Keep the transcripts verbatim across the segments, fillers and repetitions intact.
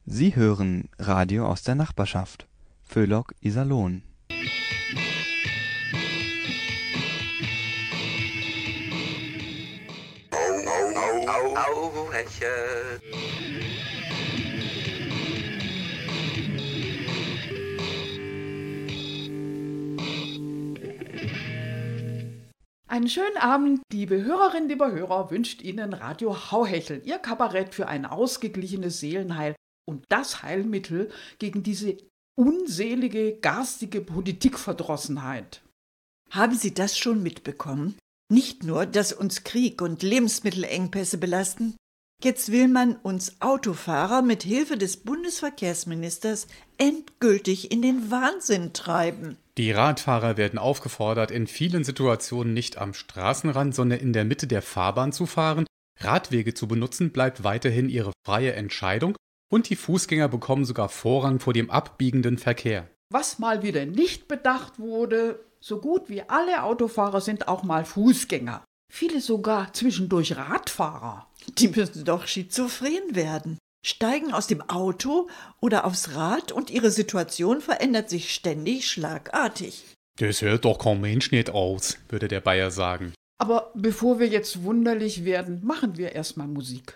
Sie hören Radio aus der Nachbarschaft. Föhlock, Iserlohn. Au, au, Heche. Einen schönen Abend, liebe Hörerinnen, lieber Hörer, wünscht Ihnen Radio Hauhechel, Ihr Kabarett für ein ausgeglichenes Seelenheil und das Heilmittel gegen diese unselige, garstige Politikverdrossenheit. Haben Sie das schon mitbekommen? Nicht nur, dass uns Krieg und Lebensmittelengpässe belasten, jetzt will man uns Autofahrer mit Hilfe des Bundesverkehrsministers endgültig in den Wahnsinn treiben. Die Radfahrer werden aufgefordert, in vielen Situationen nicht am Straßenrand, sondern in der Mitte der Fahrbahn zu fahren. Radwege zu benutzen bleibt weiterhin ihre freie Entscheidung und die Fußgänger bekommen sogar Vorrang vor dem abbiegenden Verkehr. Was mal wieder nicht bedacht wurde, so gut wie alle Autofahrer sind auch mal Fußgänger. Viele sogar zwischendurch Radfahrer. Die müssen doch schizophren werden. Steigen aus dem Auto oder aufs Rad und ihre Situation verändert sich ständig schlagartig. Das hört doch kein Mensch nicht aus, würde der Bayer sagen. Aber bevor wir jetzt wunderlich werden, machen wir erstmal Musik.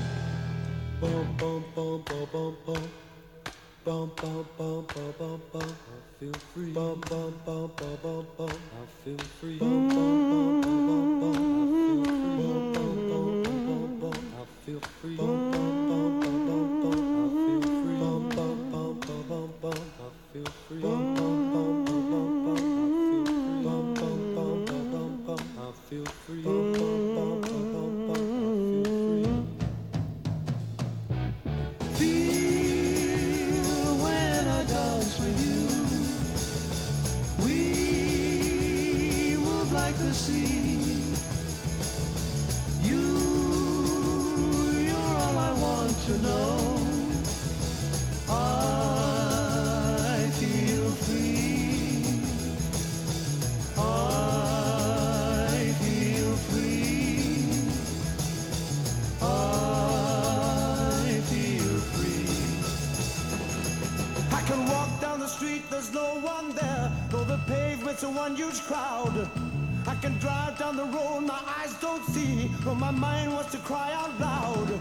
It's a one huge crowd. I can drive down the road, my eyes don't see, but my mind wants to cry out loud.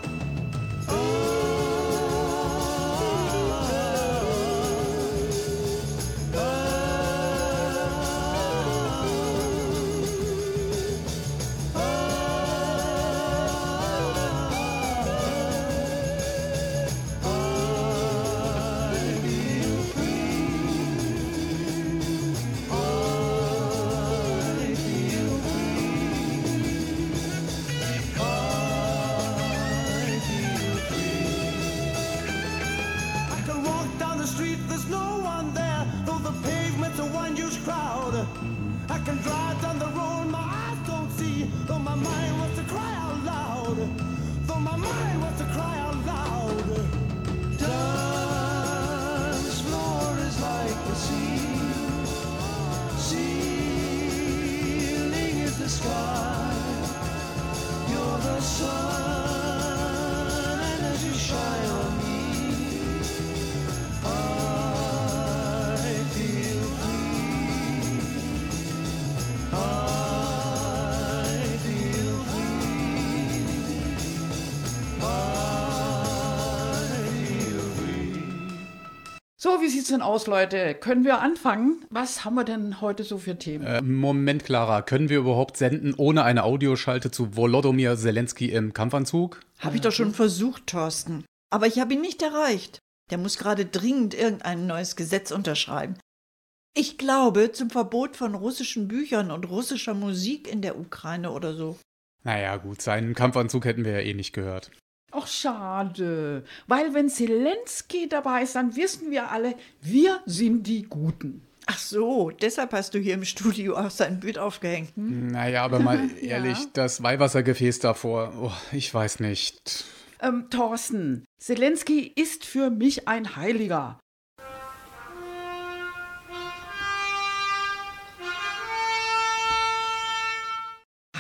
I can drive down the road, my eyes don't see, though my mind wants to cry out loud, though my mind wants to cry out loud. Dance floor is like the sea, ceiling is the sky, you're the sun, and as you shine on me, So, wie sieht's denn aus, Leute? Können wir anfangen? Was haben wir denn heute so für Themen? Äh, Moment, Clara, können wir überhaupt senden ohne eine Audioschalte zu Volodymyr Zelensky im Kampfanzug? Habe ich doch schon versucht, Thorsten. Aber ich habe ihn nicht erreicht. Der muss gerade dringend irgendein neues Gesetz unterschreiben. Ich glaube, zum Verbot von russischen Büchern und russischer Musik in der Ukraine oder so. Naja, gut, seinen Kampfanzug hätten wir ja eh nicht gehört. Ach, schade. Weil wenn Zelensky dabei ist, dann wissen wir alle, wir sind die Guten. Ach so, deshalb hast du hier im Studio auch sein Bild aufgehängt. Hm? Naja, aber mal ehrlich, Ja. das Weihwassergefäß davor, oh, ich weiß nicht. Ähm, Thorsten, Zelensky ist für mich ein Heiliger.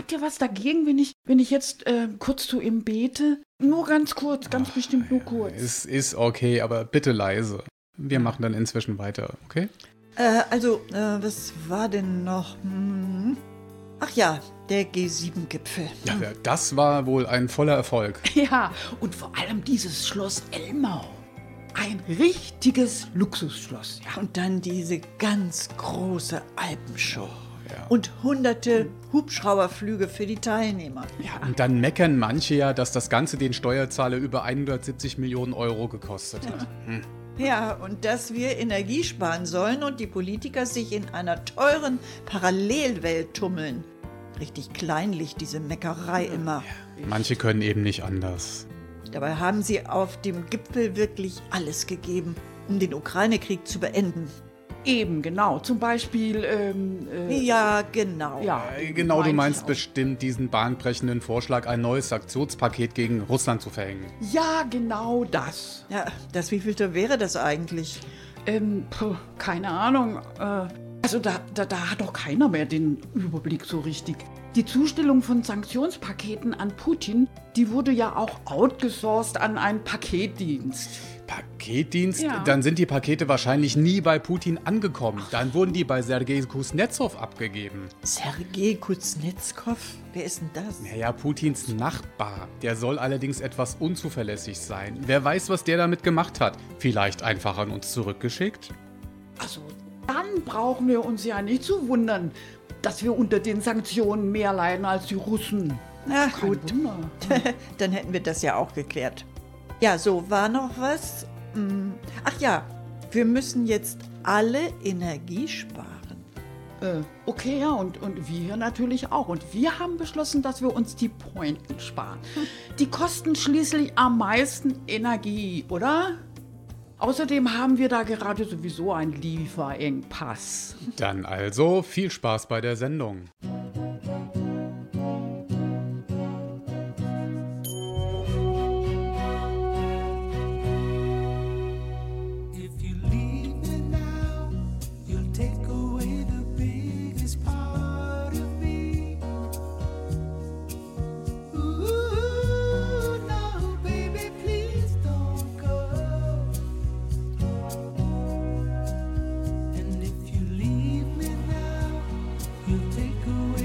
habt ihr was dagegen, wenn ich, wenn ich jetzt äh, kurz zu ihm bete? Nur ganz kurz, ganz Ach, bestimmt nur kurz. Es ist okay, aber bitte leise. Wir machen dann inzwischen weiter, okay? Äh, also, äh, was war denn noch? Hm. Ach ja, der G sieben Gipfel. Ja, das war wohl ein voller Erfolg. Ja, und vor allem dieses Schloss Elmau. Ein richtiges Luxusschloss. Ja. Und dann diese ganz große Alpenshow. Ja. Und hunderte Hubschrauberflüge für die Teilnehmer. Ja, und dann meckern manche ja, dass das Ganze den Steuerzahler über hundertsiebzig Millionen Euro gekostet hat. Hm. Ja, und dass wir Energie sparen sollen und die Politiker sich in einer teuren Parallelwelt tummeln. Richtig kleinlich, diese Meckerei immer. Ja, manche können eben nicht anders. Dabei haben sie auf dem Gipfel wirklich alles gegeben, um den Ukraine-Krieg zu beenden. Eben, genau. Zum Beispiel, ähm, äh, Ja, genau. ja. Äh, Genau, du meinte meinst ich auch. bestimmt diesen bahnbrechenden Vorschlag, ein neues Sanktionspaket gegen Russland zu verhängen. Ja, genau das. Ja, das wievielte wäre das eigentlich? Ähm, puh, keine Ahnung. Äh, also da, da, da hat doch keiner mehr den Überblick so richtig. Die Zustellung von Sanktionspaketen an Putin, die wurde ja auch outgesourced an einen Paketdienst. Paketdienst? Ja. Dann sind die Pakete wahrscheinlich nie bei Putin angekommen. Dann wurden die bei Sergei Kuznetsov abgegeben. Sergei Kuznetsov? Wer ist denn das? Naja, Putins Nachbar. Der soll allerdings etwas unzuverlässig sein. Wer weiß, was der damit gemacht hat. Vielleicht einfach an uns zurückgeschickt? Also dann brauchen wir uns ja nicht zu wundern, dass wir unter den Sanktionen mehr leiden als die Russen. Na Kein gut, Wunder. dann hätten wir das ja auch geklärt. Ja, so, war noch was? Hm. Ach ja, wir müssen jetzt alle Energie sparen. Äh, okay, ja, und, und wir natürlich auch. Und wir haben beschlossen, dass wir uns die Pointen sparen. Die kosten schließlich am meisten Energie, oder? Außerdem haben wir da gerade sowieso einen Lieferengpass. Dann also viel Spaß bei der Sendung. If you leave me now, you'll take away the biggest part of me. Ooh, no, baby, please don't go. And if you leave me now, you'll take away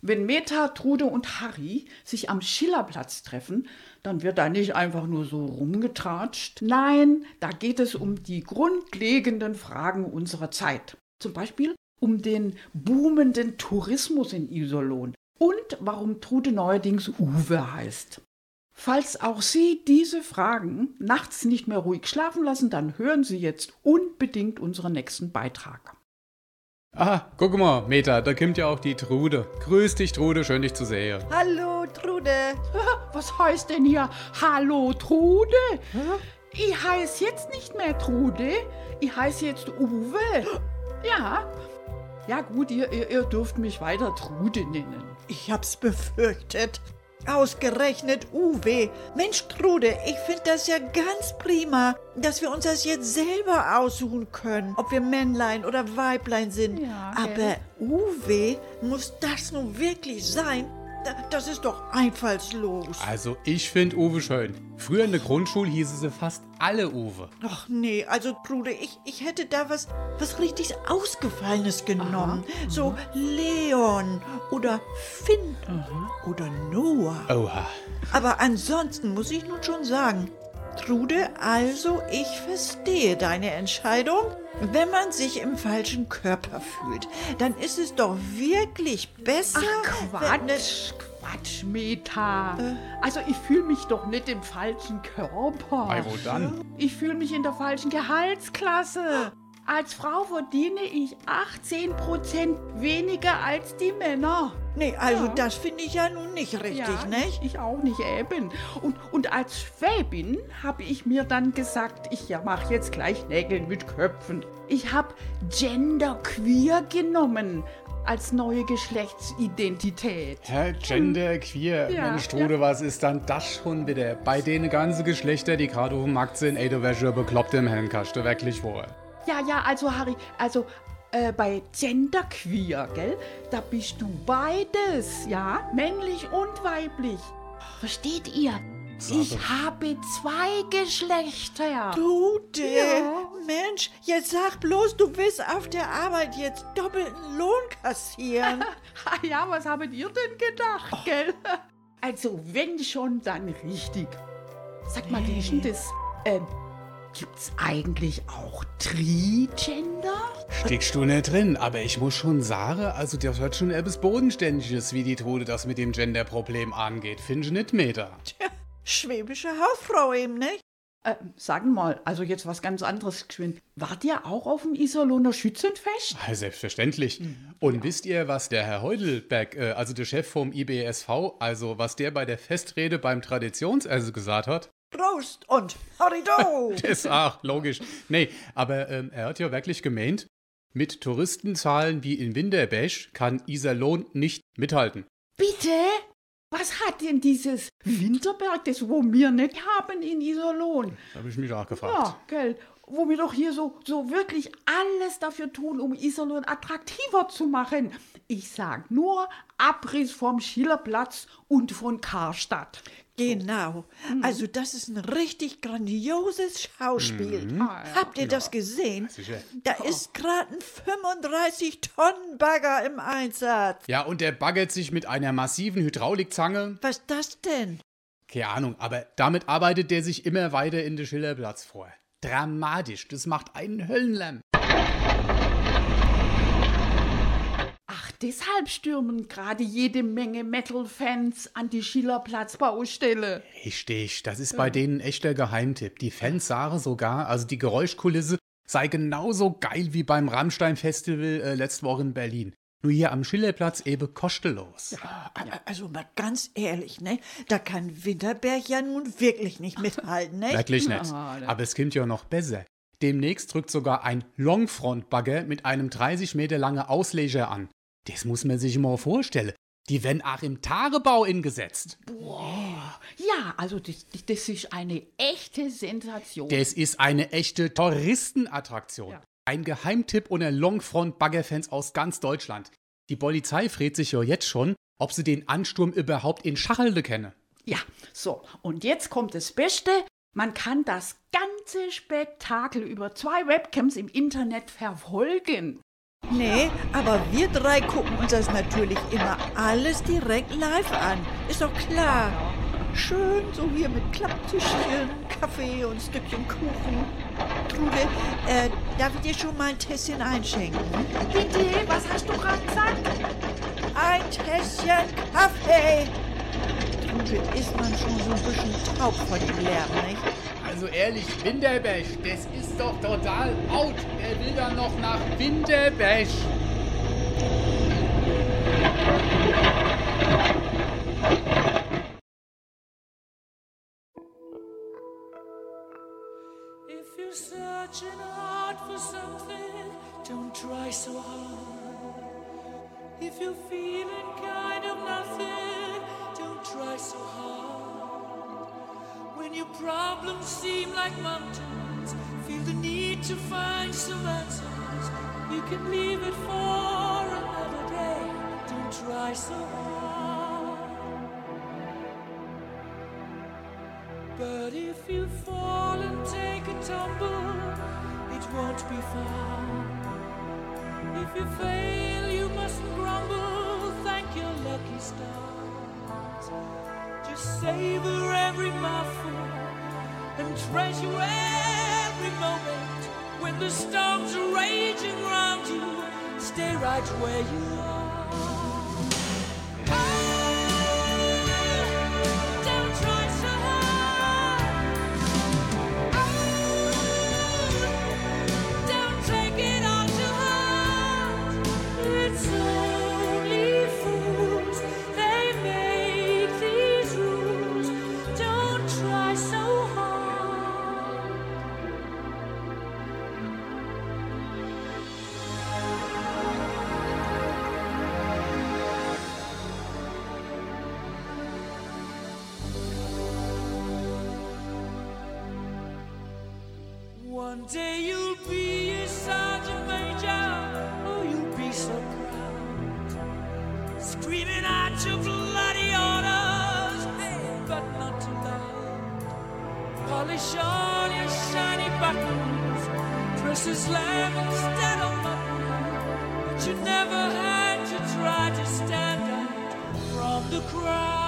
Wenn Meta, Trude und Harry sich am Schillerplatz treffen, dann wird da nicht einfach nur so rumgetratscht. Nein, da geht es um die grundlegenden Fragen unserer Zeit. Zum Beispiel um den boomenden Tourismus in Iserlohn und warum Trude neuerdings Uwe heißt. Falls auch Sie diese Fragen nachts nicht mehr ruhig schlafen lassen, dann hören Sie jetzt unbedingt unseren nächsten Beitrag. Ah, guck mal, Meta, da kommt ja auch die Trude. Grüß dich, Trude, schön dich zu sehen. Hallo, Trude. Was heißt denn hier Hallo Trude? Ich heiße jetzt nicht mehr Trude, ich heiße jetzt Uwe. Ja, ja gut, ihr, ihr, ihr dürft mich weiter Trude nennen. Ich hab's befürchtet. Ausgerechnet Uwe. Mensch, Trude, ich finde das ja ganz prima, dass wir uns das jetzt selber aussuchen können, ob wir Männlein oder Weiblein sind. Ja, Aber gell? Uwe, muss das nun wirklich sein? Da- Das ist doch einfallslos. Also, ich find Uwe schön. Früher in der Grundschule hießen sie fast alle Uwe. Ach nee, also Trude, ich, ich hätte da was, was richtig Ausgefallenes genommen. So Leon oder Finn oder Noah. Oha. Aber ansonsten muss ich nun schon sagen, Trude, also ich verstehe deine Entscheidung. Wenn man sich im falschen Körper fühlt, dann ist es doch wirklich besser. Ach wenn- Quatsch, Quatsch, Meta. Also ich fühle mich doch nicht im falschen Körper. Ei, wo dann? Ich fühle mich in der falschen Gehaltsklasse. Als Frau verdiene ich achtzehn Prozent weniger als die Männer. Nee, also Ja. das finde ich ja nun nicht richtig, ja, nicht? Ich auch nicht eben. Und, und als Schwäbin habe ich mir dann gesagt, ich ja, mache jetzt gleich Nägel mit Köpfen. Ich habe Genderqueer genommen als neue Geschlechtsidentität. Hä, Gender, queer. Ja, Mensch, Trude, was ist dann das schon wieder? Bei denen ganzen Geschlechter, die gerade auf dem Markt sind, ey, du wärst schon bekloppt im Helmkasten, wirklich wohl. Ja, ja, also Harry, also äh, bei Genderqueer, gell, da bist du beides, ja, männlich und weiblich. Versteht ihr? Ich habe zwei Geschlechter. Trude, Ja. Mensch, jetzt sag bloß, du willst auf der Arbeit jetzt doppelten Lohn kassieren. Ah ja, was habt ihr denn gedacht, gell? Also, wenn schon, dann richtig. Sag mal, wie ist denn das? Ähm, gibt's eigentlich auch Trigender? Steckst du nicht drin, aber ich muss schon sagen, also das hört schon etwas Bodenständiges, wie die Trude das mit dem Gender-Problem angeht. Findest du nicht, Meta? Schwäbische Hausfrau eben, nicht? Äh, sagen mal, also jetzt was ganz anderes geschwind. Wart ihr auch auf dem Iserlohner Schützenfest? Ah, selbstverständlich. Und wisst ihr, was der Herr Heudelberg, äh, also der Chef vom I B S V, also was der bei der Festrede beim Traditionsessen gesagt hat? Prost und Horido! Ist ach, logisch. Nee, aber ähm, er hat ja wirklich gemeint, mit Touristenzahlen wie in Winterberg kann Iserlohn nicht mithalten. Bitte? Was hat denn dieses Winterberg, das wo wir nicht haben in Iserlohn? Da habe ich mich auch gefragt. Ja, gell, wo wir doch hier so, so wirklich alles dafür tun, um Iserlohn attraktiver zu machen. Ich sag nur Abriss vom Schillerplatz und von Karstadt. Genau. Also das ist ein richtig grandioses Schauspiel. Ah, ja. Habt ihr das gesehen? sicher. Da ist gerade ein fünfunddreißig Tonnen Bagger im Einsatz. Ja, und der baggert sich mit einer massiven Hydraulikzange. Was ist das denn? Keine Ahnung, aber damit arbeitet der sich immer weiter in den Schillerplatz vor. Dramatisch, das macht einen Höllenlärm. Ach, deshalb stürmen gerade jede Menge Metal-Fans an die Schillerplatz-Baustelle. Richtig, das ist bei denen ein echter Geheimtipp. Die Fans sagen sogar, also die Geräuschkulisse sei genauso geil wie beim Rammstein-Festival äh, letzte Woche in Berlin. Nur hier am Schillerplatz eben kostenlos. A- Also mal ganz ehrlich, ne? Da kann Winterberg ja nun wirklich nicht mithalten, ne? Wirklich nicht. Ah, ne. Aber es kommt ja noch besser. Demnächst drückt sogar ein Longfront-Bagger mit einem dreißig Meter langen Ausleger an. Das muss man sich mal vorstellen. Die werden auch im Tagebau eingesetzt. Ja, also das, das- das ist eine echte Sensation. Das ist eine echte Touristenattraktion. Ja. Ein Geheimtipp unter Longfront-Baggerfans aus ganz Deutschland. Die Polizei fragt sich ja jetzt schon, ob sie den Ansturm überhaupt in Schachalde kennen. Ja, so, und jetzt kommt das Beste. Man kann das ganze Spektakel über zwei Webcams im Internet verfolgen. Nee, aber wir drei gucken uns das natürlich immer alles direkt live an. Ist doch klar. Schön so hier mit Klapptischchen, Kaffee und ein Stückchen Kuchen. Trude, äh, darf ich dir schon mal ein Tässchen einschenken? Bitte, was hast du gerade gesagt? Ein Tässchen Kaffee! Trude, ist man schon so ein bisschen taub von dem Lärm, nicht? Also ehrlich, Winterberg, das ist doch total out. Wer will da noch nach Winterberg? If you're searching hard for something, don't try so hard. If you're feeling kind of nothing, don't try so hard. When your problems seem like mountains, feel the need to find some answers. You can leave it for another day. Don't try so hard. But if you fall and take a tumble, it won't be fun. If you fail, you mustn't grumble. Thank your lucky stars. Just savor every mouthful and treasure every moment. When the storms are raging round you, stay right where you are. One day you'll be a sergeant major, oh, you'll be so proud, screaming out your bloody orders, hey, but not too loud. Polish all your shiny buttons, dress as lamb instead of mutton, but you never had to try to stand out from the crowd.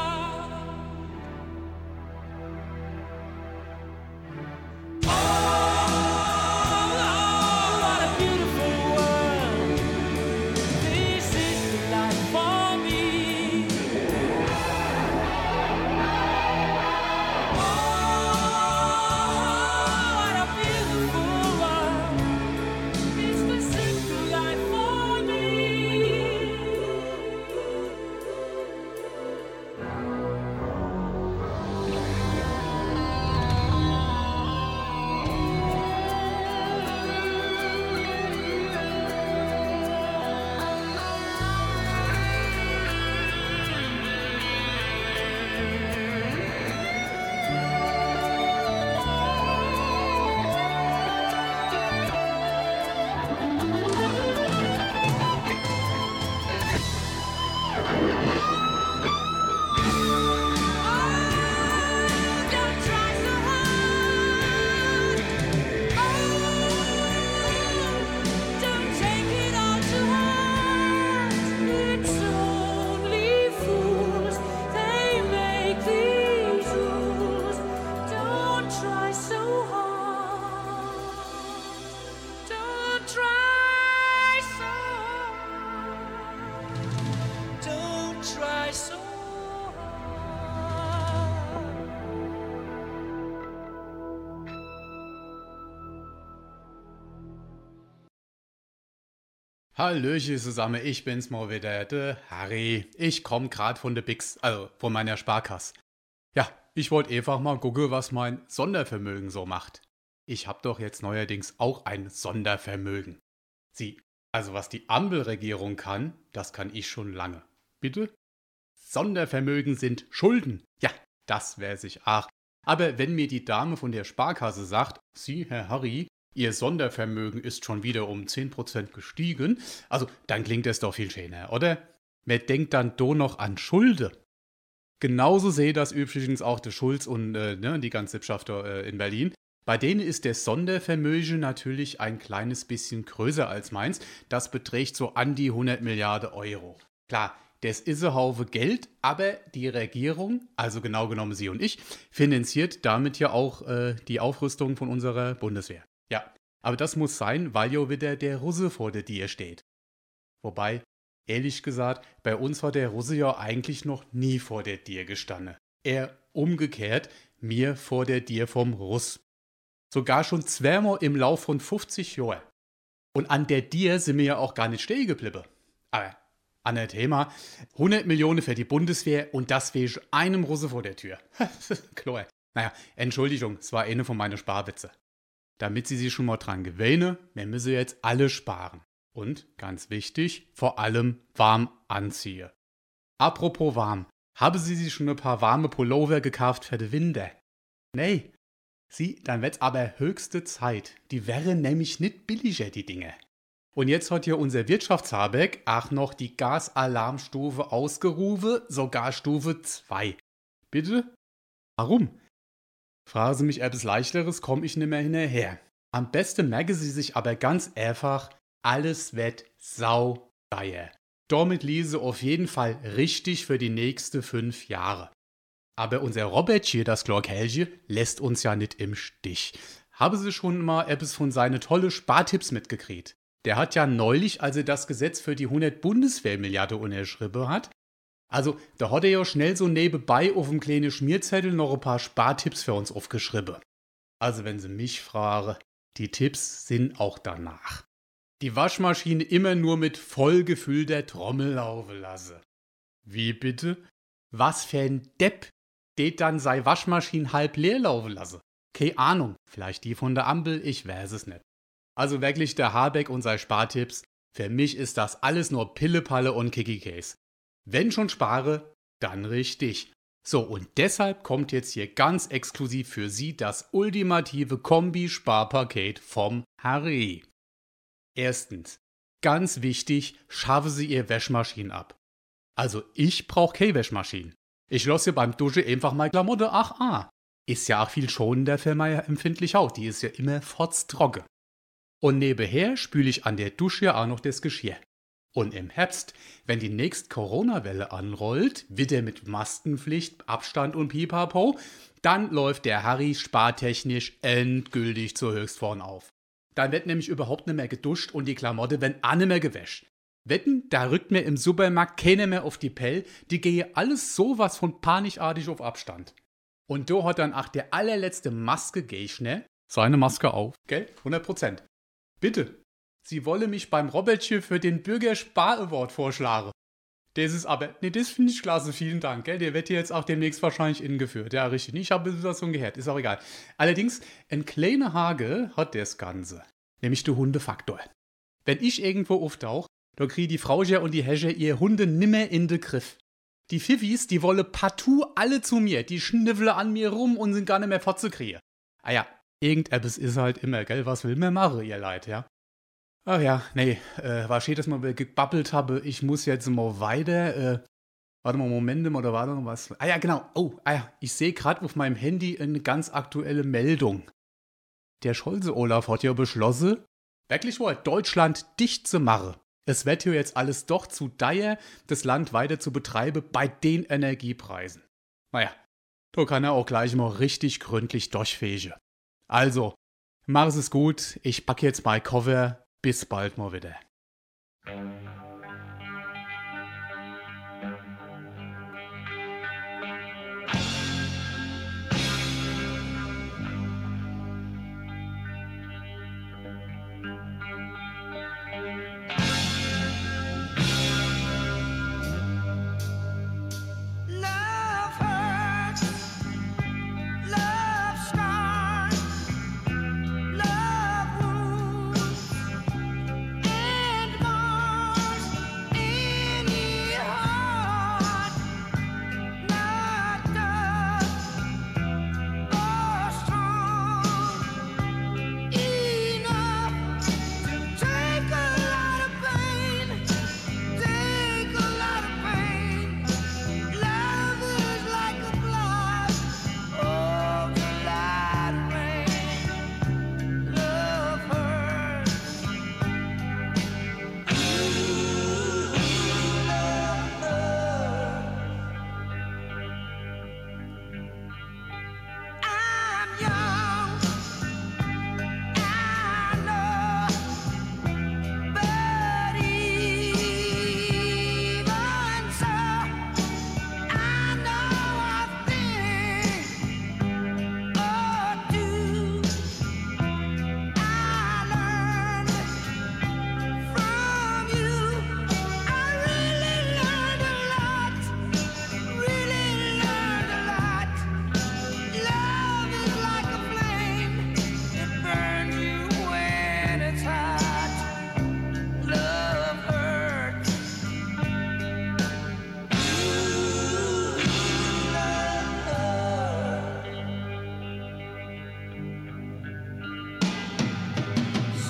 Hallöchen zusammen, ich bin's mal wieder, der Harry. Ich komm grad von der Bix, also von meiner Sparkasse. Ja, ich wollte einfach mal gucken, was mein Sondervermögen so macht. Ich hab doch jetzt neuerdings auch ein Sondervermögen. Sie, also was die Ampelregierung kann, das kann ich schon lange. Bitte? Sondervermögen sind Schulden. Ja, das weiß ich auch. Aber wenn mir die Dame von der Sparkasse sagt, Sie, Herr Harry, Ihr Sondervermögen ist schon wieder um zehn Prozent gestiegen, also dann klingt es doch viel schöner, oder? Wer denkt dann do noch an Schulden? Genauso sehe das übrigens auch der Schulz und äh, ne, die ganze Sippschaft äh, in Berlin. Bei denen ist der Sondervermögen natürlich ein kleines bisschen größer als meins. Das beträgt so an die hundert Milliarden Euro. Klar, das ist ein Haufe Geld, aber die Regierung, also genau genommen Sie und ich, finanziert damit ja auch äh, die Aufrüstung von unserer Bundeswehr. Ja, aber das muss sein, weil ja wieder der Russe vor der Tür steht. Wobei, ehrlich gesagt, bei uns war der Russe ja eigentlich noch nie vor der Tür gestanden. Er umgekehrt, mir vor der Tür vom Russ. Sogar schon zweimal im Lauf von fünfzig Jahren. Und an der Tür sind wir ja auch gar nicht stehen geblieben. Aber an der Thema, hundert Millionen für die Bundeswehr und das wegen einem Russe vor der Tür. Klar. Naja, Entschuldigung, es war eine von meinen Sparwitze. Damit Sie sich schon mal dran gewöhnen, wir müssen jetzt alle sparen. Und, ganz wichtig, vor allem warm anziehen. Apropos warm, haben Sie sich schon ein paar warme Pullover gekauft für den Winter? Nee. Sie, dann wird's aber höchste Zeit. Die wären nämlich nicht billiger, die Dinge. Und jetzt hat hier unser Wirtschaftshabeck auch noch die Gasalarmstufe ausgerufen, sogar Stufe zwei. Bitte? Warum? Fragen Sie mich etwas Leichteres, komme ich nicht mehr hinterher. Am besten merken Sie sich aber ganz einfach, alles wird sauteuer. Damit lese auf jeden Fall richtig für die nächsten fünf Jahre. Aber unser Robert hier, das Glorkelche, lässt uns ja nicht im Stich. Haben Sie schon mal etwas von seinen tollen Spartipps mitgekriegt? Der hat ja neulich, als er das Gesetz für die hundert Bundeswehrmilliarden unterschrieben hat, also da hat er ja schnell so nebenbei auf dem kleinen Schmierzettel noch ein paar Spartipps für uns aufgeschrieben. Also wenn Sie mich fragen, die Tipps sind auch danach. Die Waschmaschine immer nur mit vollgefüllter Trommel laufen lassen. Wie bitte? Was für ein Depp, det dann sei Waschmaschine halb leer laufen lassen? Keine Ahnung, vielleicht die von der Ampel, ich weiß es nicht. Also wirklich der Habeck und seine Spartipps, für mich ist das alles nur Pillepalle und Kiki-Case. Wenn schon spare, dann richtig. So, und deshalb kommt jetzt hier ganz exklusiv für Sie das ultimative Kombi-Sparpaket vom Harry. Erstens, ganz wichtig, schaffen Sie Ihr Waschmaschine ab. Also ich brauche keine Waschmaschine. Ich lasse beim Duschen einfach mal Klamotte, ach ah. Ist ja auch viel schonender für meine empfindliche Haut, die ist ja immer fotztrocken. Und nebenher spüle ich an der Dusche auch noch das Geschirr. Und im Herbst, wenn die nächste Corona-Welle anrollt, wieder mit Maskenpflicht, Abstand und Pipapo, dann läuft der Harry spartechnisch endgültig zur Höchstform auf. Dann wird nämlich überhaupt nicht mehr geduscht und die Klamotte werden auch nicht mehr gewäscht. Wetten, da rückt mir im Supermarkt keiner mehr auf die Pell, die gehe alles sowas von panikartig auf Abstand. Und da hat dann auch der allerletzte Maske-Gegner seine Maske auf, gell? hundert Prozent. Bitte, Sie wollen mich beim Robertchen für den Bürgerspar-Award vorschlagen. Das ist aber, nee, das finde ich klasse, vielen Dank, gell? Der wird hier jetzt auch demnächst wahrscheinlich eingeführt. Ja, richtig, ich habe das schon gehört, ist auch egal. Allerdings, ein kleiner Hage hat das Ganze, nämlich der Hundefaktor. Wenn ich irgendwo auftauche, da kriegen die Frauchen und die Häscher ihr Hunde nimmer in den Griff. Die Pfiffis, die wollen partout alle zu mir, die schnüffeln an mir rum und sind gar nicht mehr fortzukriegen. Ah ja, irgendetwas ist halt immer, gell, was will man machen, ihr Leid, ja? Ach ja, nee, äh, war schön, dass wir gebabbelt habe. Ich muss jetzt mal weiter. Äh, warte mal, Moment, oder war da noch was? Ah ja, genau. Oh, ah ja, ich sehe gerade auf meinem Handy eine ganz aktuelle Meldung. Der Scholze Olaf hat ja beschlossen, wirklich wohl, Deutschland dicht zu machen. Es wird hier jetzt alles doch zu teuer, das Land weiter zu betreiben bei den Energiepreisen. Naja, da kann er auch gleich mal richtig gründlich durchfegen. Also, mach es gut, ich packe jetzt mal Cover. Bis bald mal wieder. Love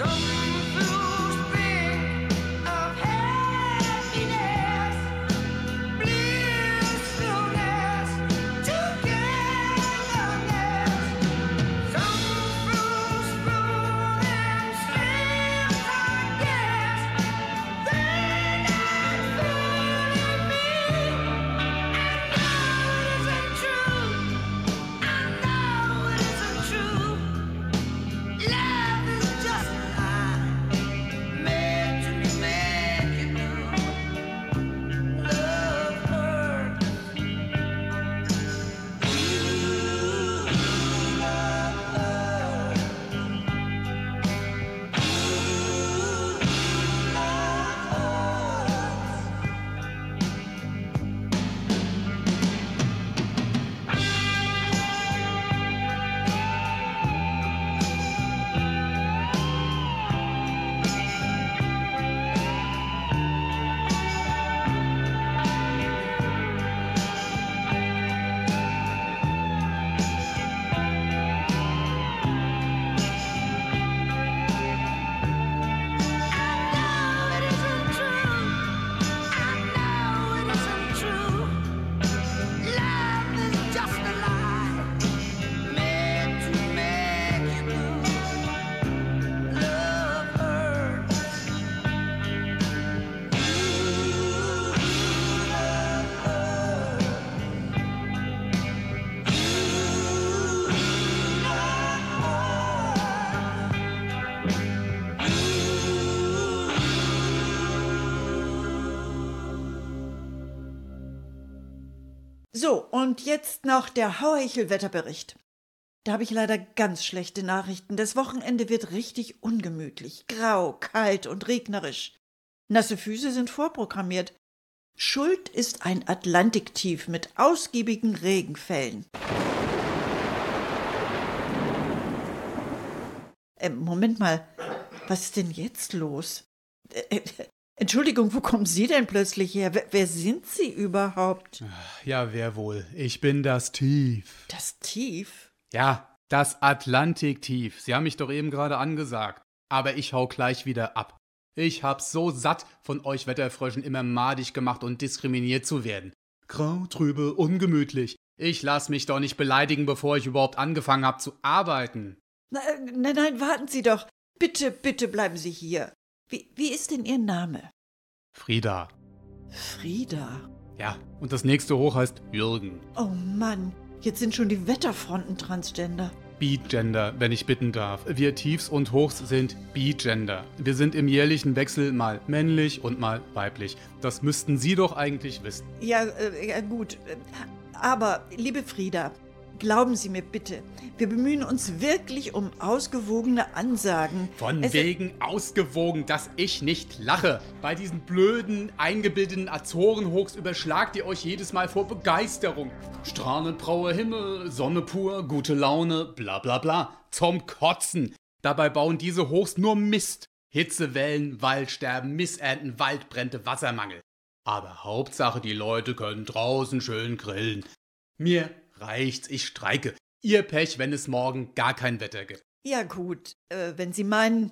So, und jetzt noch der Hauhechel-Wetterbericht. Da habe ich leider ganz schlechte Nachrichten. Das Wochenende wird richtig ungemütlich, grau, kalt und regnerisch. Nasse Füße sind vorprogrammiert. Schuld ist ein Atlantiktief mit ausgiebigen Regenfällen. Äh, Moment mal, was ist denn jetzt los? Äh, äh, Entschuldigung, wo kommen Sie denn plötzlich her? Wer, wer sind Sie überhaupt? Ja, wer wohl? Ich bin das Tief. Das Tief? Ja, das Atlantiktief. Sie haben mich doch eben gerade angesagt. Aber ich hau gleich wieder ab. Ich hab's so satt, von euch Wetterfröschen immer madig gemacht und diskriminiert zu werden. Grau, trübe, ungemütlich. Ich lass mich doch nicht beleidigen, bevor ich überhaupt angefangen hab zu arbeiten. Nein, nein, nein, warten Sie doch. Bitte, bitte bleiben Sie hier. Wie, wie ist denn Ihr Name? Frieda. Frieda? Ja, und das nächste Hoch heißt Jürgen. Oh Mann, jetzt sind schon die Wetterfronten Transgender. Bigender, wenn ich bitten darf. Wir Tiefs und Hochs sind Bigender. Wir sind im jährlichen Wechsel mal männlich und mal weiblich. Das müssten Sie doch eigentlich wissen. Ja, äh, ja gut. Aber, liebe Frieda, glauben Sie mir bitte, wir bemühen uns wirklich um ausgewogene Ansagen. Von es wegen ausgewogen, dass ich nicht lache. Bei diesen blöden, eingebildeten Azorenhochs überschlagt ihr euch jedes Mal vor Begeisterung. Strahlend brauer Himmel, Sonne pur, gute Laune, bla bla bla. Zum Kotzen. Dabei bauen diese Hochs nur Mist. Hitzewellen, Waldsterben, Missernten, Waldbrände, Wassermangel. Aber Hauptsache, die Leute können draußen schön grillen. Mir reicht's, ich streike. Ihr Pech, wenn es morgen gar kein Wetter gibt. Ja gut, äh, wenn Sie meinen,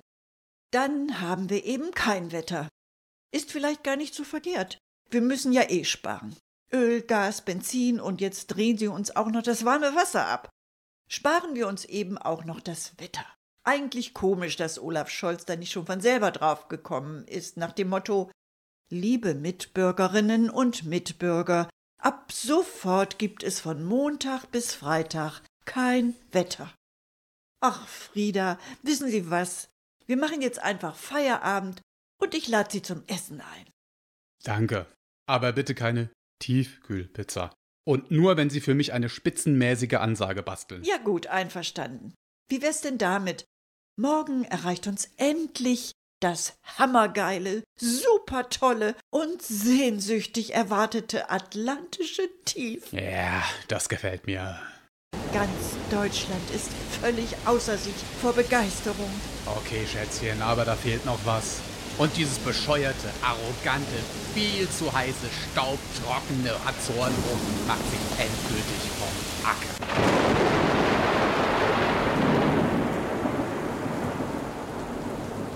dann haben wir eben kein Wetter. Ist vielleicht gar nicht so verkehrt. Wir müssen ja eh sparen. Öl, Gas, Benzin und jetzt drehen Sie uns auch noch das warme Wasser ab. Sparen wir uns eben auch noch das Wetter. Eigentlich komisch, dass Olaf Scholz da nicht schon von selber drauf gekommen ist, nach dem Motto: Liebe Mitbürgerinnen und Mitbürger, ab sofort gibt es von Montag bis Freitag kein Wetter. Ach, Frieda, wissen Sie was? Wir machen jetzt einfach Feierabend und ich lade Sie zum Essen ein. Danke, aber bitte keine Tiefkühlpizza. Und nur, wenn Sie für mich eine spitzenmäßige Ansage basteln. Ja gut, einverstanden. Wie wär's denn damit? Morgen erreicht uns endlich das hammergeile, supertolle und sehnsüchtig erwartete atlantische Tief. Ja, das gefällt mir. Ganz Deutschland ist völlig außer sich vor Begeisterung. Okay, Schätzchen, aber da fehlt noch was. Und dieses bescheuerte, arrogante, viel zu heiße, staubtrockene Azorenhoch macht sich endgültig vom Acker.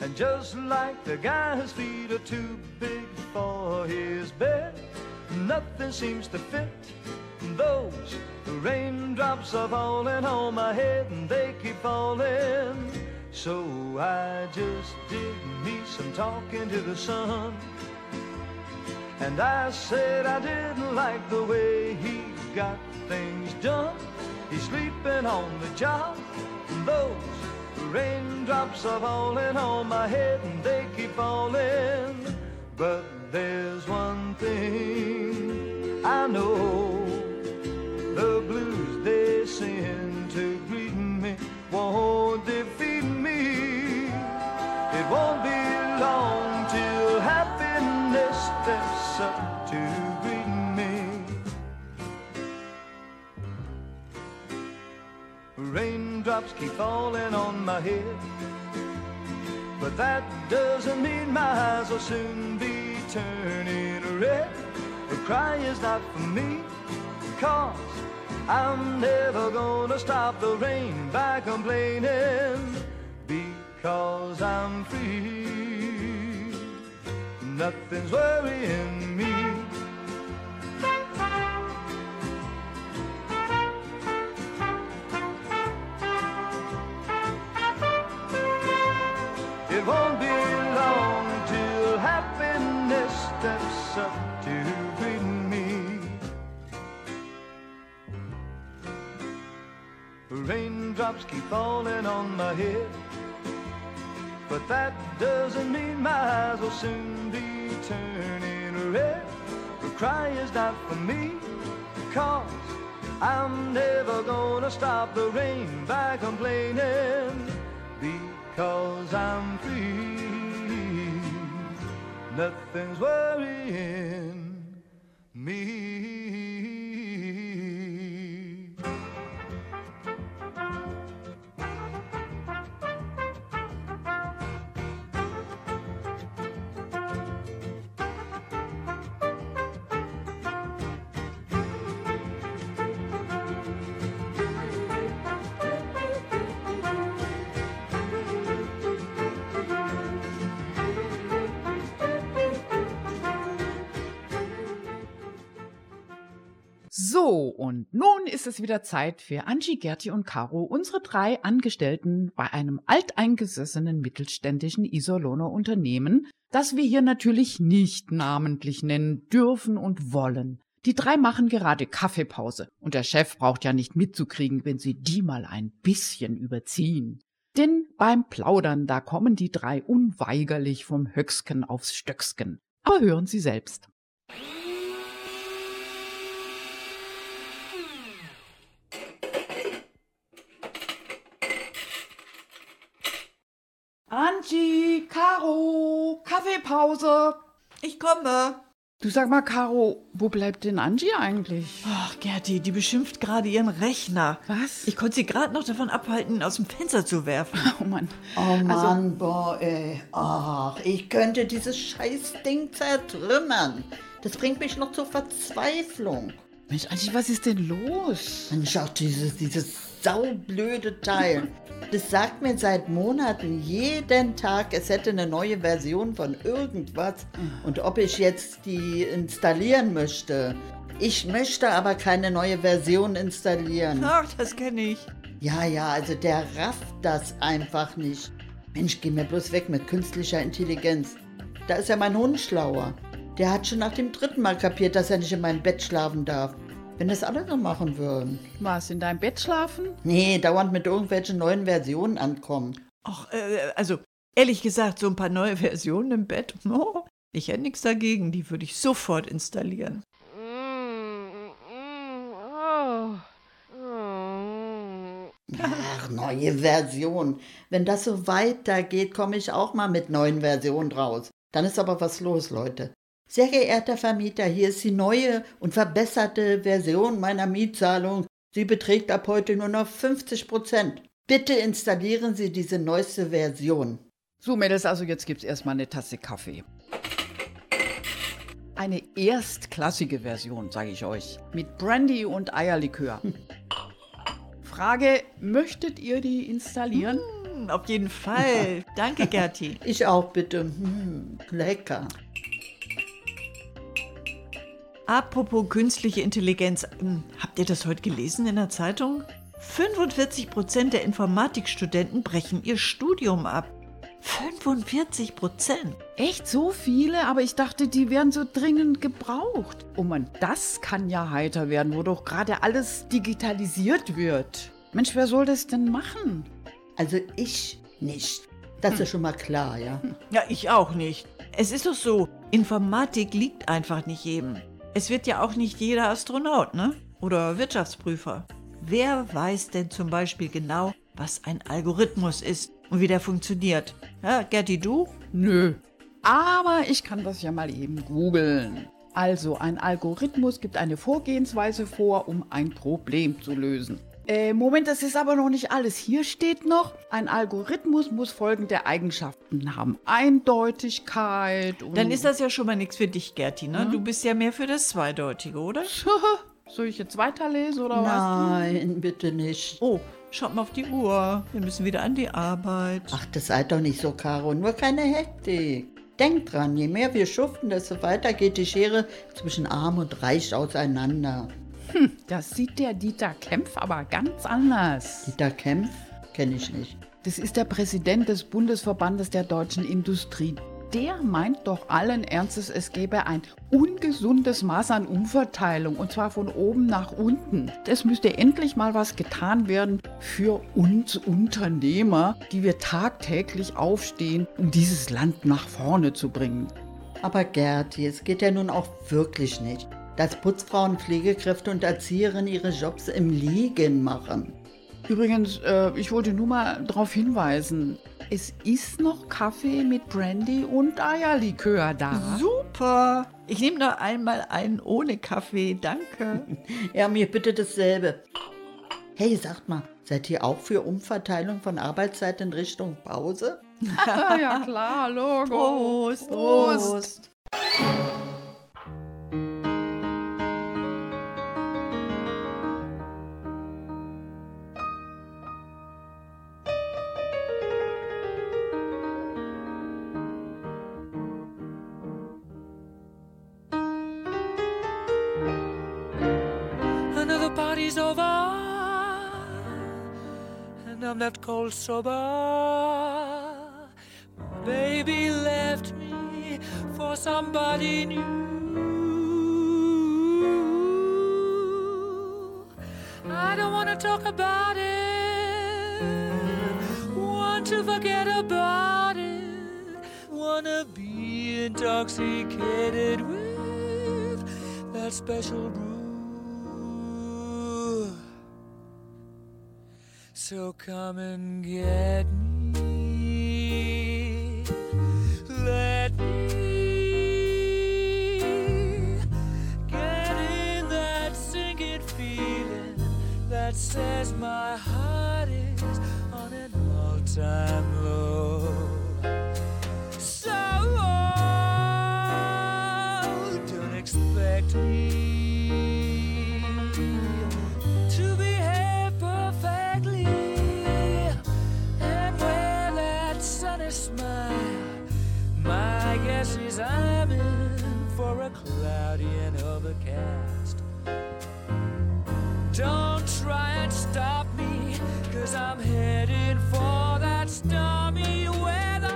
And just like the guy whose feet are too big for his bed, nothing seems to fit. Those raindrops are falling on my head and they keep falling. So I just did me some talking to the sun. And I said I didn't like the way he got things done. He's sleeping on the job. Those raindrops are falling on my head and they keep falling. But there's one thing I know. The blues they send to greet me won't defeat me. It won't be long till happiness steps up to greet me. Raindrops keep falling on my head, but that doesn't mean my eyes will soon be turning red. The cry is not for me, 'cause I'm never gonna stop the rain by complaining, because I'm free. Nothing's worrying me. It won't be long till happiness steps up to greet me. Raindrops keep falling on my head, but that doesn't mean my eyes will soon be turning red. The cry is not for me, 'cause I'm never gonna stop the rain by complaining, because I'm free. Nothing's worrying me. So, und nun ist es wieder Zeit für Angie, Gerti und Caro, unsere drei Angestellten bei einem alteingesessenen mittelständischen Iserlohner Unternehmen, das wir hier natürlich nicht namentlich nennen dürfen und wollen. Die drei machen gerade Kaffeepause und der Chef braucht ja nicht mitzukriegen, wenn sie die mal ein bisschen überziehen. Denn beim Plaudern, da kommen die drei unweigerlich vom Höcksken aufs Stöcksken. Aber hören Sie selbst. Angie, Caro, Kaffeepause. Ich komme. Du, sag mal, Caro, wo bleibt denn Angie eigentlich? Ach, Gerti, die beschimpft gerade ihren Rechner. Was? Ich konnte sie gerade noch davon abhalten, ihn aus dem Fenster zu werfen. Oh Mann. Oh Mann, boah, ey. Ach, ich könnte dieses Scheißding zertrümmern. Das bringt mich noch zur Verzweiflung. Mensch, Angie, was ist denn los? Mensch, auch dieses, dieses saublöde Teil. Das sagt mir seit Monaten jeden Tag, es hätte eine neue Version von irgendwas. Und ob ich jetzt die installieren möchte. Ich möchte aber keine neue Version installieren. Ach, das kenne ich. Ja, ja, also der rafft das einfach nicht. Mensch, geh mir bloß weg mit künstlicher Intelligenz. Da ist ja mein Hund schlauer. Der hat schon nach dem dritten Mal kapiert, dass er nicht in meinem Bett schlafen darf. Wenn das alle so machen würden. Was, in deinem Bett schlafen? Nee, dauernd mit irgendwelchen neuen Versionen ankommen. Ach, äh, also, ehrlich gesagt, so ein paar neue Versionen im Bett, oh, ich hätte nichts dagegen, die würde ich sofort installieren. Ach, neue Version. Wenn das so weitergeht, komme ich auch mal mit neuen Versionen raus. Dann ist aber was los, Leute. Sehr geehrter Vermieter, hier ist die neue und verbesserte Version meiner Mietzahlung. Sie beträgt ab heute nur noch fünfzig Prozent. Bitte installieren Sie diese neueste Version. So, Mädels, also jetzt gibt's erstmal eine Tasse Kaffee. Eine erstklassige Version, sage ich euch. Mit Brandy und Eierlikör. Frage, möchtet ihr die installieren? Mm, auf jeden Fall. Danke, Gerti. Ich auch, bitte. Hm, lecker. Apropos künstliche Intelligenz, ähm, habt ihr das heute gelesen in der Zeitung? fünfundvierzig Prozent der Informatikstudenten brechen ihr Studium ab. fünfundvierzig Prozent? Echt so viele? Aber ich dachte, die werden so dringend gebraucht. Oh Mann, das kann ja heiter werden, wo doch gerade alles digitalisiert wird. Mensch, wer soll das denn machen? Also ich nicht. Das ist schon mal klar, ja. Ja, ich auch nicht. Es ist doch so, Informatik liegt einfach nicht jedem. Es wird ja auch nicht jeder Astronaut, ne? Oder Wirtschaftsprüfer. Wer weiß denn zum Beispiel genau, was ein Algorithmus ist und wie der funktioniert? Ja, Gerti, du? Nö. Aber ich kann das ja mal eben googeln. Also, ein Algorithmus gibt eine Vorgehensweise vor, um ein Problem zu lösen. Äh, Moment, das ist aber noch nicht alles. Hier steht noch, ein Algorithmus muss folgende Eigenschaften haben. Eindeutigkeit und... Dann ist das ja schon mal nichts für dich, Gerti, ne? Du bist ja mehr für das Zweideutige, oder? Soll ich jetzt weiterlesen oder was? Nein, bitte nicht. Oh, schaut mal auf die Uhr. Wir müssen wieder an die Arbeit. Ach, das seid doch nicht so, Caro. Nur keine Hektik. Denkt dran, je mehr wir schuften, desto weiter geht die Schere zwischen arm und reich auseinander. Hm, das sieht der Dieter Kempf aber ganz anders. Dieter Kempf? Kenne ich nicht. Das ist der Präsident des Bundesverbandes der deutschen Industrie. Der meint doch allen Ernstes, es gäbe ein ungesundes Maß an Umverteilung, und zwar von oben nach unten. Es müsste endlich mal was getan werden für uns Unternehmer, die wir tagtäglich aufstehen, um dieses Land nach vorne zu bringen. Aber Gerti, es geht ja nun auch wirklich nicht, dass Putzfrauen, Pflegekräfte und Erzieherinnen ihre Jobs im Liegen machen. Übrigens, äh, ich wollte nur mal darauf hinweisen, es ist noch Kaffee mit Brandy und Eierlikör da. Super. Ich nehme noch einmal einen ohne Kaffee, danke. Ja, mir bitte dasselbe. Hey, sagt mal, seid ihr auch für Umverteilung von Arbeitszeit in Richtung Pause? Ja klar, Logo. Prost. Prost. Another party's over, and I'm left cold sober. My baby left me for somebody new. I don't wanna talk about it, want to forget about it, wanna be intoxicated with that special brew. So come and get me, let me get in that sinking feeling that says my heart is on an all-time low. So don't expect me to behave perfectly and wear that sunny smile. My guess is I'm in for a cloudy and overcast. Don't try and stop me, 'cause I'm headed for that stormy weather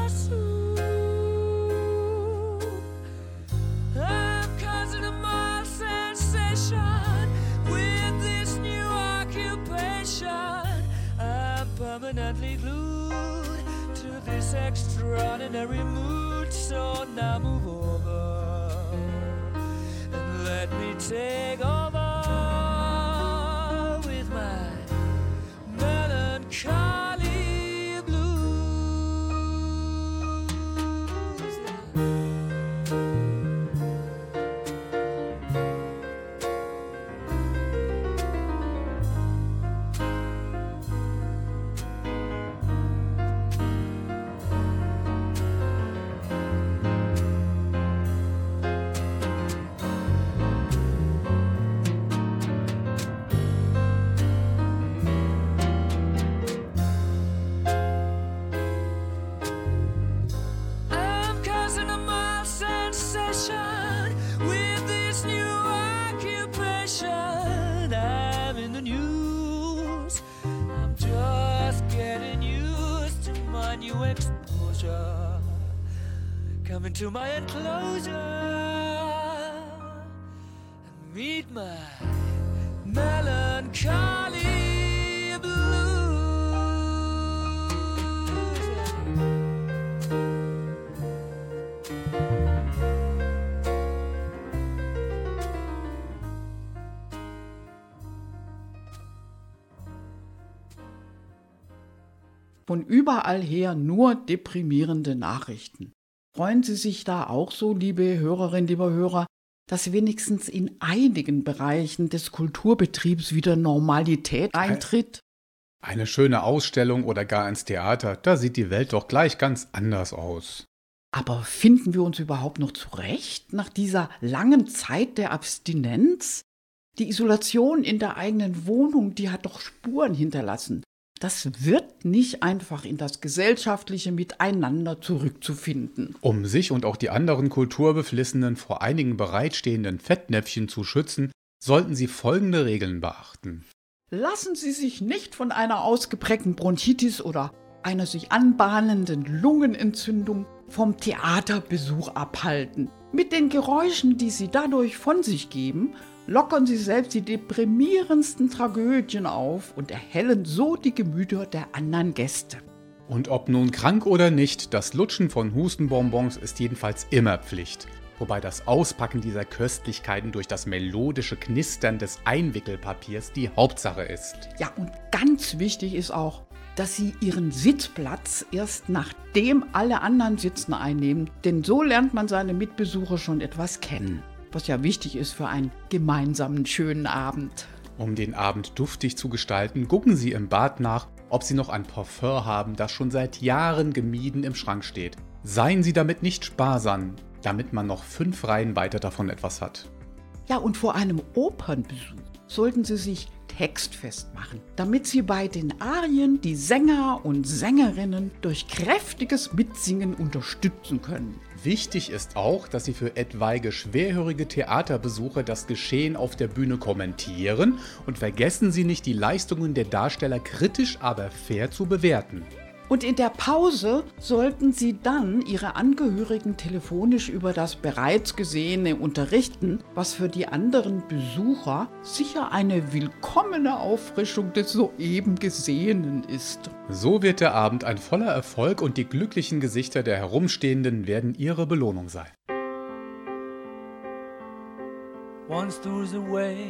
soon. I'm causing a mild sensation with this new occupation. I'm permanently glued to this extraordinary mood. So now move over and let me take over with my melancholy blues. composure. Come into my enclosure and meet my melancholy blues. Von überall her nur deprimierende Nachrichten. Freuen Sie sich da auch so, liebe Hörerinnen, lieber Hörer, dass wenigstens in einigen Bereichen des Kulturbetriebs wieder Normalität eintritt? Eine schöne Ausstellung oder gar ins Theater, da sieht die Welt doch gleich ganz anders aus. Aber finden wir uns überhaupt noch zurecht nach dieser langen Zeit der Abstinenz? Die Isolation in der eigenen Wohnung, die hat doch Spuren hinterlassen. Das wird nicht einfach in das gesellschaftliche Miteinander zurückzufinden. Um sich und auch die anderen Kulturbeflissenen vor einigen bereitstehenden Fettnäpfchen zu schützen, sollten Sie folgende Regeln beachten. Lassen Sie sich nicht von einer ausgeprägten Bronchitis oder einer sich anbahnenden Lungenentzündung vom Theaterbesuch abhalten. Mit den Geräuschen, die Sie dadurch von sich geben, lockern Sie selbst die deprimierendsten Tragödien auf und erhellen so die Gemüter der anderen Gäste. Und ob nun krank oder nicht, das Lutschen von Hustenbonbons ist jedenfalls immer Pflicht. Wobei das Auspacken dieser Köstlichkeiten durch das melodische Knistern des Einwickelpapiers die Hauptsache ist. Ja, und ganz wichtig ist auch, dass Sie Ihren Sitzplatz erst nachdem alle anderen Sitzen einnehmen, denn so lernt man seine Mitbesucher schon etwas kennen. Was ja wichtig ist für einen gemeinsamen schönen Abend. Um den Abend duftig zu gestalten, gucken Sie im Bad nach, ob Sie noch ein Parfum haben, das schon seit Jahren gemieden im Schrank steht. Seien Sie damit nicht sparsam, damit man noch fünf Reihen weiter davon etwas hat. Ja, und vor einem Opernbesuch sollten Sie sich textfest machen, damit Sie bei den Arien die Sänger und Sängerinnen durch kräftiges Mitsingen unterstützen können. Wichtig ist auch, dass Sie für etwaige schwerhörige Theaterbesucher das Geschehen auf der Bühne kommentieren und vergessen Sie nicht, die Leistungen der Darsteller kritisch, aber fair zu bewerten. Und in der Pause sollten Sie dann Ihre Angehörigen telefonisch über das bereits Gesehene unterrichten, was für die anderen Besucher sicher eine willkommene Auffrischung des soeben Gesehenen ist. So wird der Abend ein voller Erfolg und die glücklichen Gesichter der Herumstehenden werden Ihre Belohnung sein. Once there's a way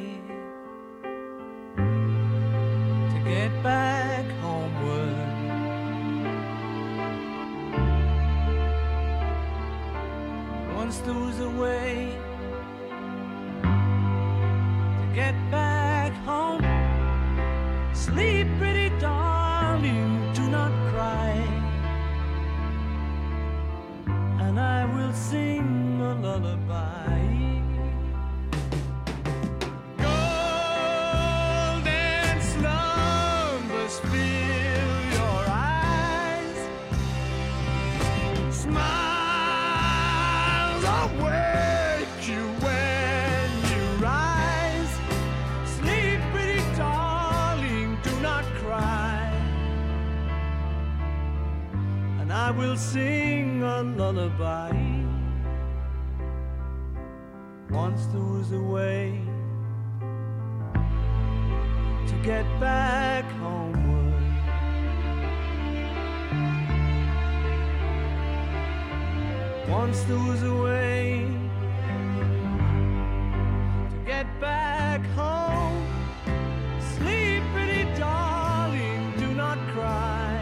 to get back homeward. Once there was a way to get back home. Sleep, pretty darling, do not cry, and I will sing a lullaby. Golden slumbers fill your eyes. Smile. Wake you when you rise. Sleep, pretty darling, do not cry, and I will sing a lullaby. Once there was a way to get back homeward. Once there was a way to get back home. Sleep, pretty darling, do not cry,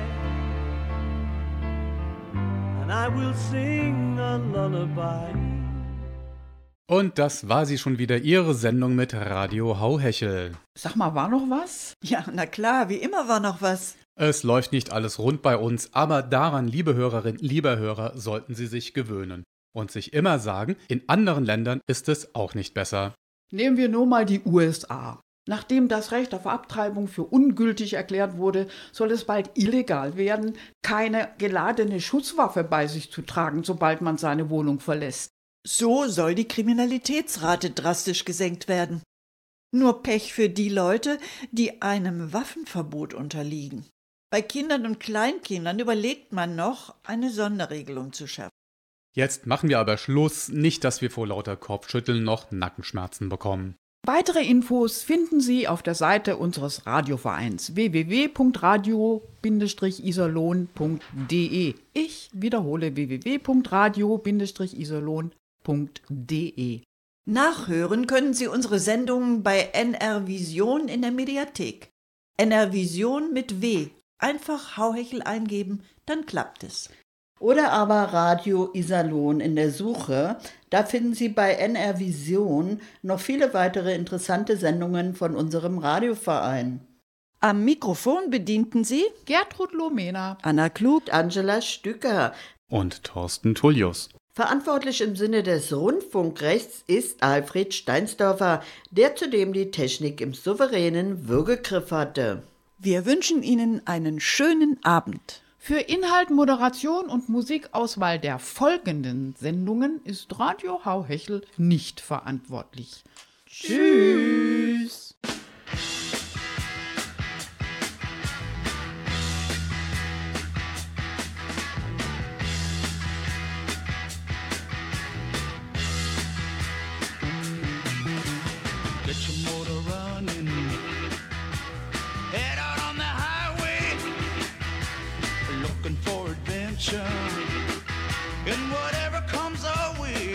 and I will sing a lullaby. Und das war sie schon wieder, Ihre Sendung mit Radio Hauhechel. Sag mal, war noch was? Ja, na klar, wie immer war noch was. Es läuft nicht alles rund bei uns, aber daran, liebe Hörerinnen, lieber Hörer, sollten Sie sich gewöhnen. Und sich immer sagen, in anderen Ländern ist es auch nicht besser. Nehmen wir nur mal die U S A. Nachdem das Recht auf Abtreibung für ungültig erklärt wurde, soll es bald illegal werden, keine geladene Schusswaffe bei sich zu tragen, sobald man seine Wohnung verlässt. So soll die Kriminalitätsrate drastisch gesenkt werden. Nur Pech für die Leute, die einem Waffenverbot unterliegen. Bei Kindern und Kleinkindern überlegt man noch, eine Sonderregelung zu schaffen. Jetzt machen wir aber Schluss, nicht, dass wir vor lauter Kopfschütteln noch Nackenschmerzen bekommen. Weitere Infos finden Sie auf der Seite unseres Radiovereins w w w punkt radio Bindestrich iserlohn punkt d e. Ich wiederhole w w w punkt radio Bindestrich iserlohn punkt d e. Nachhören können Sie unsere Sendungen bei N R Vision in der Mediathek. N R Vision mit W. Einfach Hauhechel eingeben, dann klappt es. Oder aber Radio Iserlohn in der Suche. Da finden Sie bei N R Vision noch viele weitere interessante Sendungen von unserem Radioverein. Am Mikrofon bedienten Sie Gertrud Lomena, Anna Klug, Angela Stücker Und Thorsten Tullius. Verantwortlich im Sinne des Rundfunkrechts ist Alfred Steinsdorfer, der zudem die Technik im souveränen Würgegriff hatte. Wir wünschen Ihnen einen schönen Abend. Für Inhalt, Moderation und Musikauswahl der folgenden Sendungen ist Radio Hauhechel nicht verantwortlich. Tschüss! Get your motor running. Head out on the highway, looking for adventure. And whatever comes our way,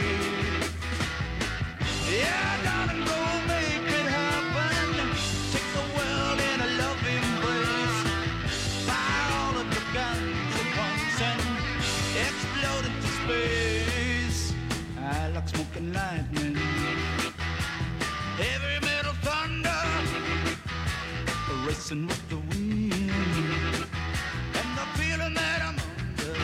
yeah, darling, go make it happen. Take the world in a loving embrace. Fire all of your guns at once and explode into space. I like smoking lightning. Heavy metal thunder, racing with the wind, and the feeling that I'm under.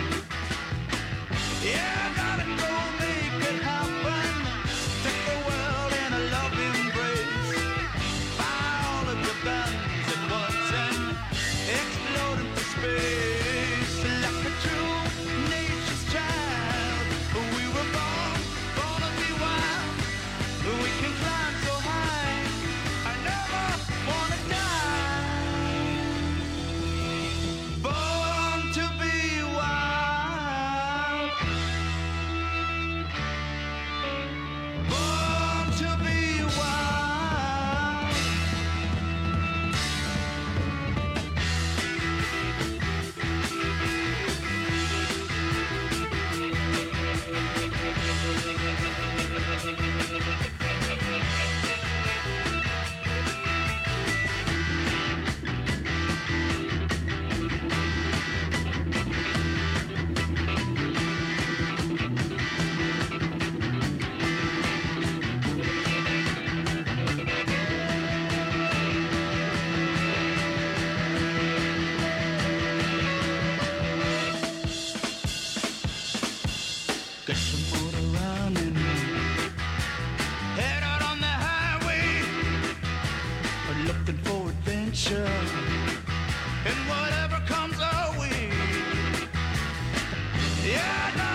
Yeah, gotta go make it happen. Take the world in a loving embrace. Fire all of your guns at once and explode into space. Like a true nature's child, we were born, born to be wild. We can climb so high, I never wanna die. Born to be wild. Born to be wild. Get your motor running. Head out on the highway, looking for adventure. And whatever comes our way, yeah.